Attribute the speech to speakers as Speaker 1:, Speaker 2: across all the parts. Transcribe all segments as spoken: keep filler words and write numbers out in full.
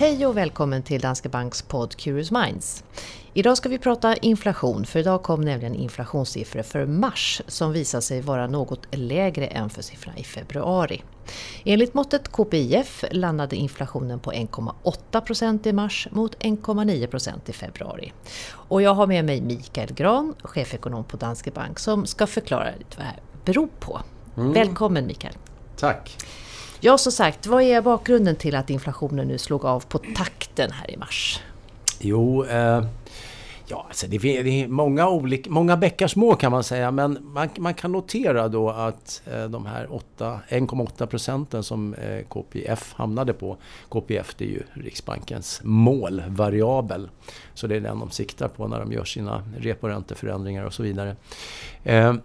Speaker 1: Hej och välkommen till Danske Banks podd Curious Minds. Idag ska vi prata inflation, för idag kom nämligen inflationssiffror för mars som visar sig vara något lägre än för siffrorna i februari. Enligt måttet K P I F landade inflationen på en komma åtta procent i mars mot en komma nio procent i februari. Och jag har med mig Mikael Gran, chefekonom på Danske Bank, som ska förklara lite vad det här beror på. Mm. Välkommen Mikael.
Speaker 2: Tack.
Speaker 1: Ja, så sagt, vad är bakgrunden till att inflationen nu slog av på takten här i mars?
Speaker 2: Jo, eh, ja, alltså det, är, det är många, olika, många bäckar små kan man säga, men man, man kan notera då att eh, de här en komma åtta procenten som eh, K P I F hamnade på, K P I F det är ju Riksbankens målvariabel, så det är den de siktar på när de gör sina reporänteförändringar och så vidare. Eh,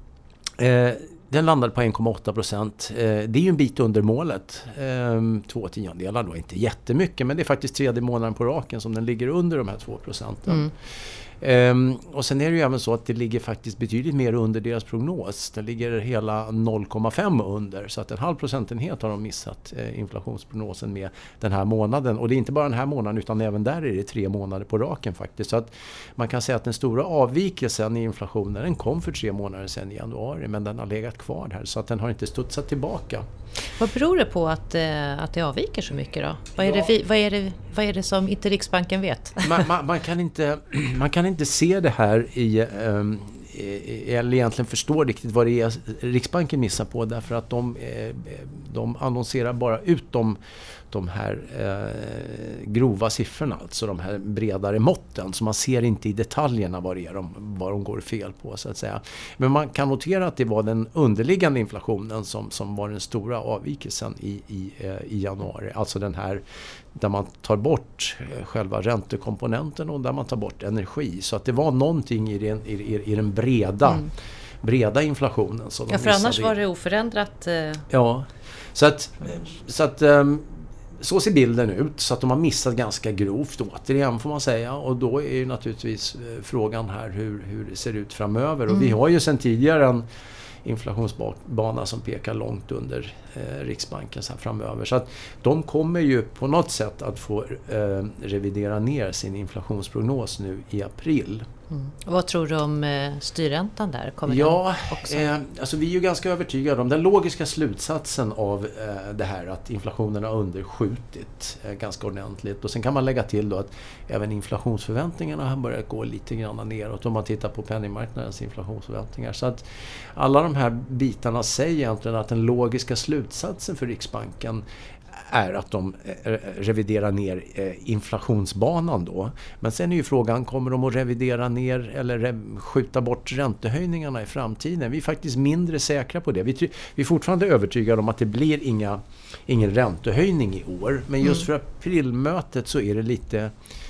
Speaker 2: eh, Den landade på en komma åtta procent. Det är ju en bit under målet. Två tiondelar då, inte jättemycket, men det är faktiskt tredje månaden på raken som den ligger under de här två procenten. Mm. Um, och sen är det ju även så att det ligger faktiskt betydligt mer under deras prognos. Det ligger hela noll komma fem under, så att en halv procentenhet har de missat eh, inflationsprognosen med den här månaden. Och det är inte bara den här månaden utan även där är det tre månader på raken faktiskt. Så att man kan säga att den stora avvikelsen i inflationen den kom för tre månader sedan i januari, men den har legat kvar här så att den har inte studsat tillbaka.
Speaker 1: Vad beror det på att, eh, att det avviker så mycket då? Vad är, ja. det, vad är, det, vad är det som inte Riksbanken vet?
Speaker 2: Man, man, man, kan, inte, man kan inte se det här i, um, i, eller egentligen förstå riktigt vad det är Riksbanken missar på, därför att de, de annonserar bara ut de, de här eh, grova siffrorna, alltså de här bredare måtten, så man ser inte i detaljerna vad det är de, vad de går fel på så att säga. Men man kan notera att det var den underliggande inflationen som, som var den stora avvikelsen i, i, i januari, alltså den här där man tar bort själva räntekomponenten och där man tar bort energi, så att det var någonting i den, i, i, i den breda mm. breda inflationen. Så
Speaker 1: ja, för annars var det oförändrat. Eh...
Speaker 2: Ja, så att, så att um, så ser bilden ut, så att de har missat ganska grovt återigen får man säga, och då är ju naturligtvis frågan här hur, hur det ser ut framöver. Mm. Och vi har ju sedan tidigare en inflationsbana som pekar långt under eh, Riksbankens här framöver, så att de kommer ju på något sätt att få eh, revidera ner sin inflationsprognos nu i april.
Speaker 1: Mm. Och vad tror du om eh, styrräntan där? Kommer
Speaker 2: ja, eh, alltså vi är ju ganska övertygade om den logiska slutsatsen av eh, det här att inflationen har underskjutit eh, ganska ordentligt, och sen kan man lägga till då att även inflationsförväntningarna har börjat gå lite grann neråt om man tittar på penningmarknadens inflationsförväntningar, så att alla de här bitarna säger egentligen att den logiska slutsatsen för Riksbanken är att de reviderar ner inflationsbanan då. Men sen är ju frågan, kommer de att revidera ner eller skjuta bort räntehöjningarna i framtiden? Vi är faktiskt mindre säkra på det. Vi, vi är fortfarande övertygade om att det blir inga, ingen räntehöjning i år. Men just för aprilmötet så är det lite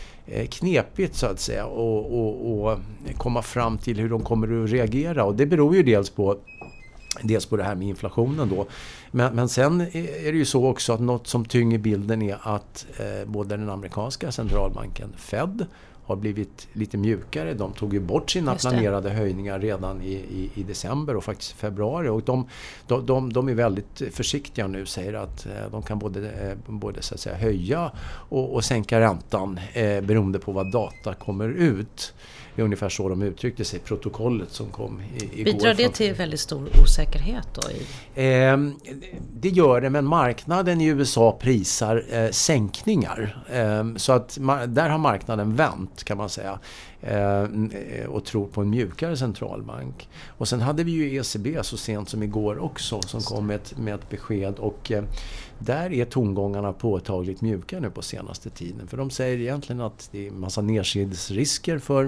Speaker 2: knepigt så att säga och, och, och komma fram till hur de kommer att reagera. Och det beror ju dels på Dels på det här med inflationen då. Men, men sen är det ju så också att något som tynger bilden är att eh, både den amerikanska centralbanken Fed har blivit lite mjukare. De tog ju bort sina planerade höjningar redan i, i, i december och faktiskt i februari. Och de, de, de, de är väldigt försiktiga nu, säger att de kan både, både så att säga, höja och, och sänka räntan eh, beroende på vad data kommer ut. Det är ungefär så de uttryckte sig i protokollet som kom i, igår.
Speaker 1: Bidrar det till väldigt stor osäkerhet då? I...
Speaker 2: Eh, det gör det, men marknaden i U S A prisar eh, sänkningar. Eh, så att ma- där har marknaden vänt kan man säga. Eh, och tror på en mjukare centralbank. Och sen hade vi ju E C B så sent som igår också som kom med ett, med ett besked, och eh, där är tongångarna påtagligt mjuka nu på senaste tiden. För de säger egentligen att det är en massa nedsidesrisker för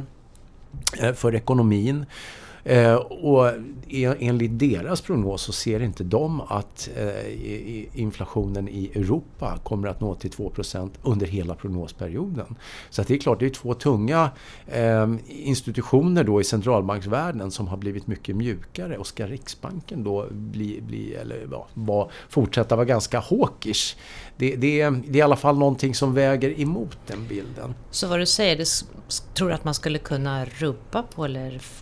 Speaker 2: för ekonomin. Eh, och enligt deras prognos så ser inte de att eh, inflationen i Europa kommer att nå till två procent under hela prognosperioden. Så att det är klart, det är två tunga eh, institutioner då i centralbanksvärlden som har blivit mycket mjukare, och ska Riksbanken då bli, bli eller ja, var, fortsätta vara ganska hawkish. Det, det, är, det är i alla fall någonting som väger emot den bilden.
Speaker 1: Så vad du säger, det tror du att man skulle kunna rubba på eller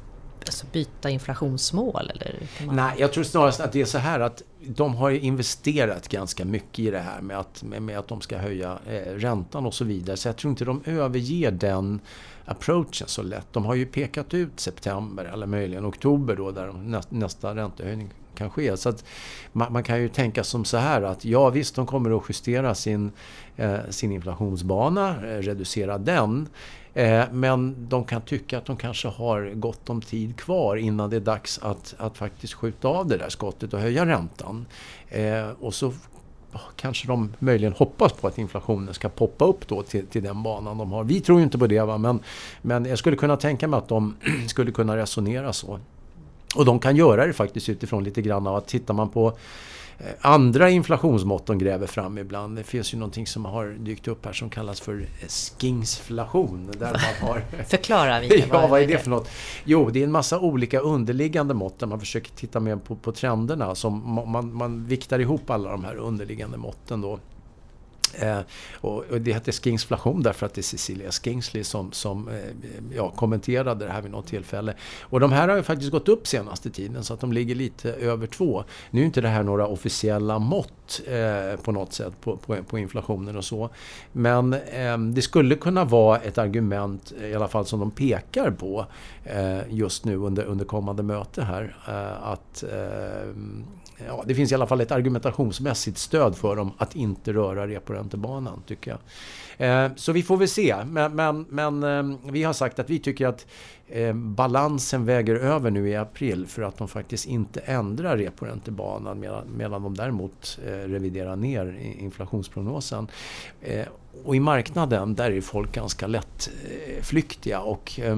Speaker 1: alltså byta inflationsmål? Eller kan man...
Speaker 2: Nej, jag tror snarast att det är så här att de har investerat ganska mycket i det här med att, med, med att de ska höja eh, räntan och så vidare. Så jag tror inte de överger den approachen så lätt. De har ju pekat ut september eller möjligen oktober då där de nästa, nästa räntehöjning kan ske. Så att man, man kan ju tänka som så här att ja visst, de kommer att justera sin, eh, sin inflationsbana, eh, reducera den. Eh, men de kan tycka att de kanske har gott om tid kvar innan det är dags att, att faktiskt skjuta av det där skottet och höja räntan. Eh, och så kanske de möjligen hoppas på att inflationen ska poppa upp då till, till den banan de har. Vi tror ju inte på det, va? Men, men jag skulle kunna tänka mig att de skulle kunna resonera så. Och de kan göra det faktiskt utifrån lite grann av att tittar man på andra inflationsmått de gräver fram ibland. Det finns ju någonting som har dykt upp här som kallas för skingsflation. Där man har...
Speaker 1: Förklara vilka.
Speaker 2: Ja, vad är det för något? Jo, det är en massa olika underliggande mått där man försöker titta mer på, på trenderna. Som man, man viktar ihop alla de här underliggande måtten då. Eh, och, och det heter skingsflation därför att det är Cecilia Skingsley som, som eh, ja, kommenterade det här vid något tillfälle. Och de här har ju faktiskt gått upp senaste tiden så att de ligger lite över två. Nu är inte det här några officiella mått eh, på något sätt på, på, på inflationen och så. Men eh, det skulle kunna vara ett argument i alla fall som de pekar på eh, just nu under, under kommande möte här. Eh, att eh, ja, det finns i alla fall ett argumentationsmässigt stöd för dem att inte röra reporäntebanan, tycker jag. Eh, så vi får väl se. Men, men, men eh, vi har sagt att vi tycker att eh, balansen väger över nu i april för att de faktiskt inte ändrar reporäntebanan medan, medan de däremot eh, reviderar ner inflationsprognosen. Eh, och i marknaden där är folk ganska lätt eh, flyktiga och eh,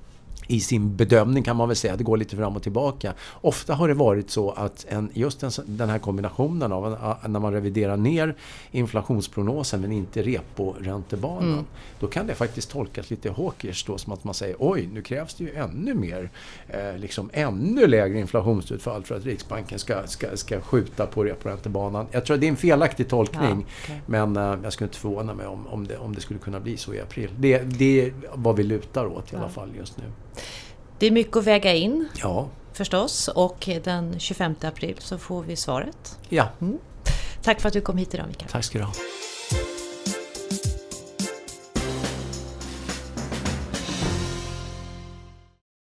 Speaker 2: i sin bedömning kan man väl säga att det går lite fram och tillbaka. Ofta har det varit så att en, just en, den här kombinationen av en, när man reviderar ner inflationsprognosen men inte reporäntebanan, mm. då kan det faktiskt tolkas lite hawkish då, som att man säger oj, nu krävs det ju ännu mer, eh, liksom ännu lägre inflationsutfall för att Riksbanken ska, ska, ska skjuta på reporäntebanan. Jag tror att det är en felaktig tolkning, ja, okay. men eh, jag skulle inte förvåna mig om, om, det, om det skulle kunna bli så i april. Det, det är vad vi lutar åt i alla ja. fall just nu.
Speaker 1: Det är mycket att väga in,
Speaker 2: ja.
Speaker 1: förstås, och den tjugofemte april så får vi svaret.
Speaker 2: Ja.
Speaker 1: Mm. Tack för att du kom hit idag, Mikael.
Speaker 2: Tack ska du ha.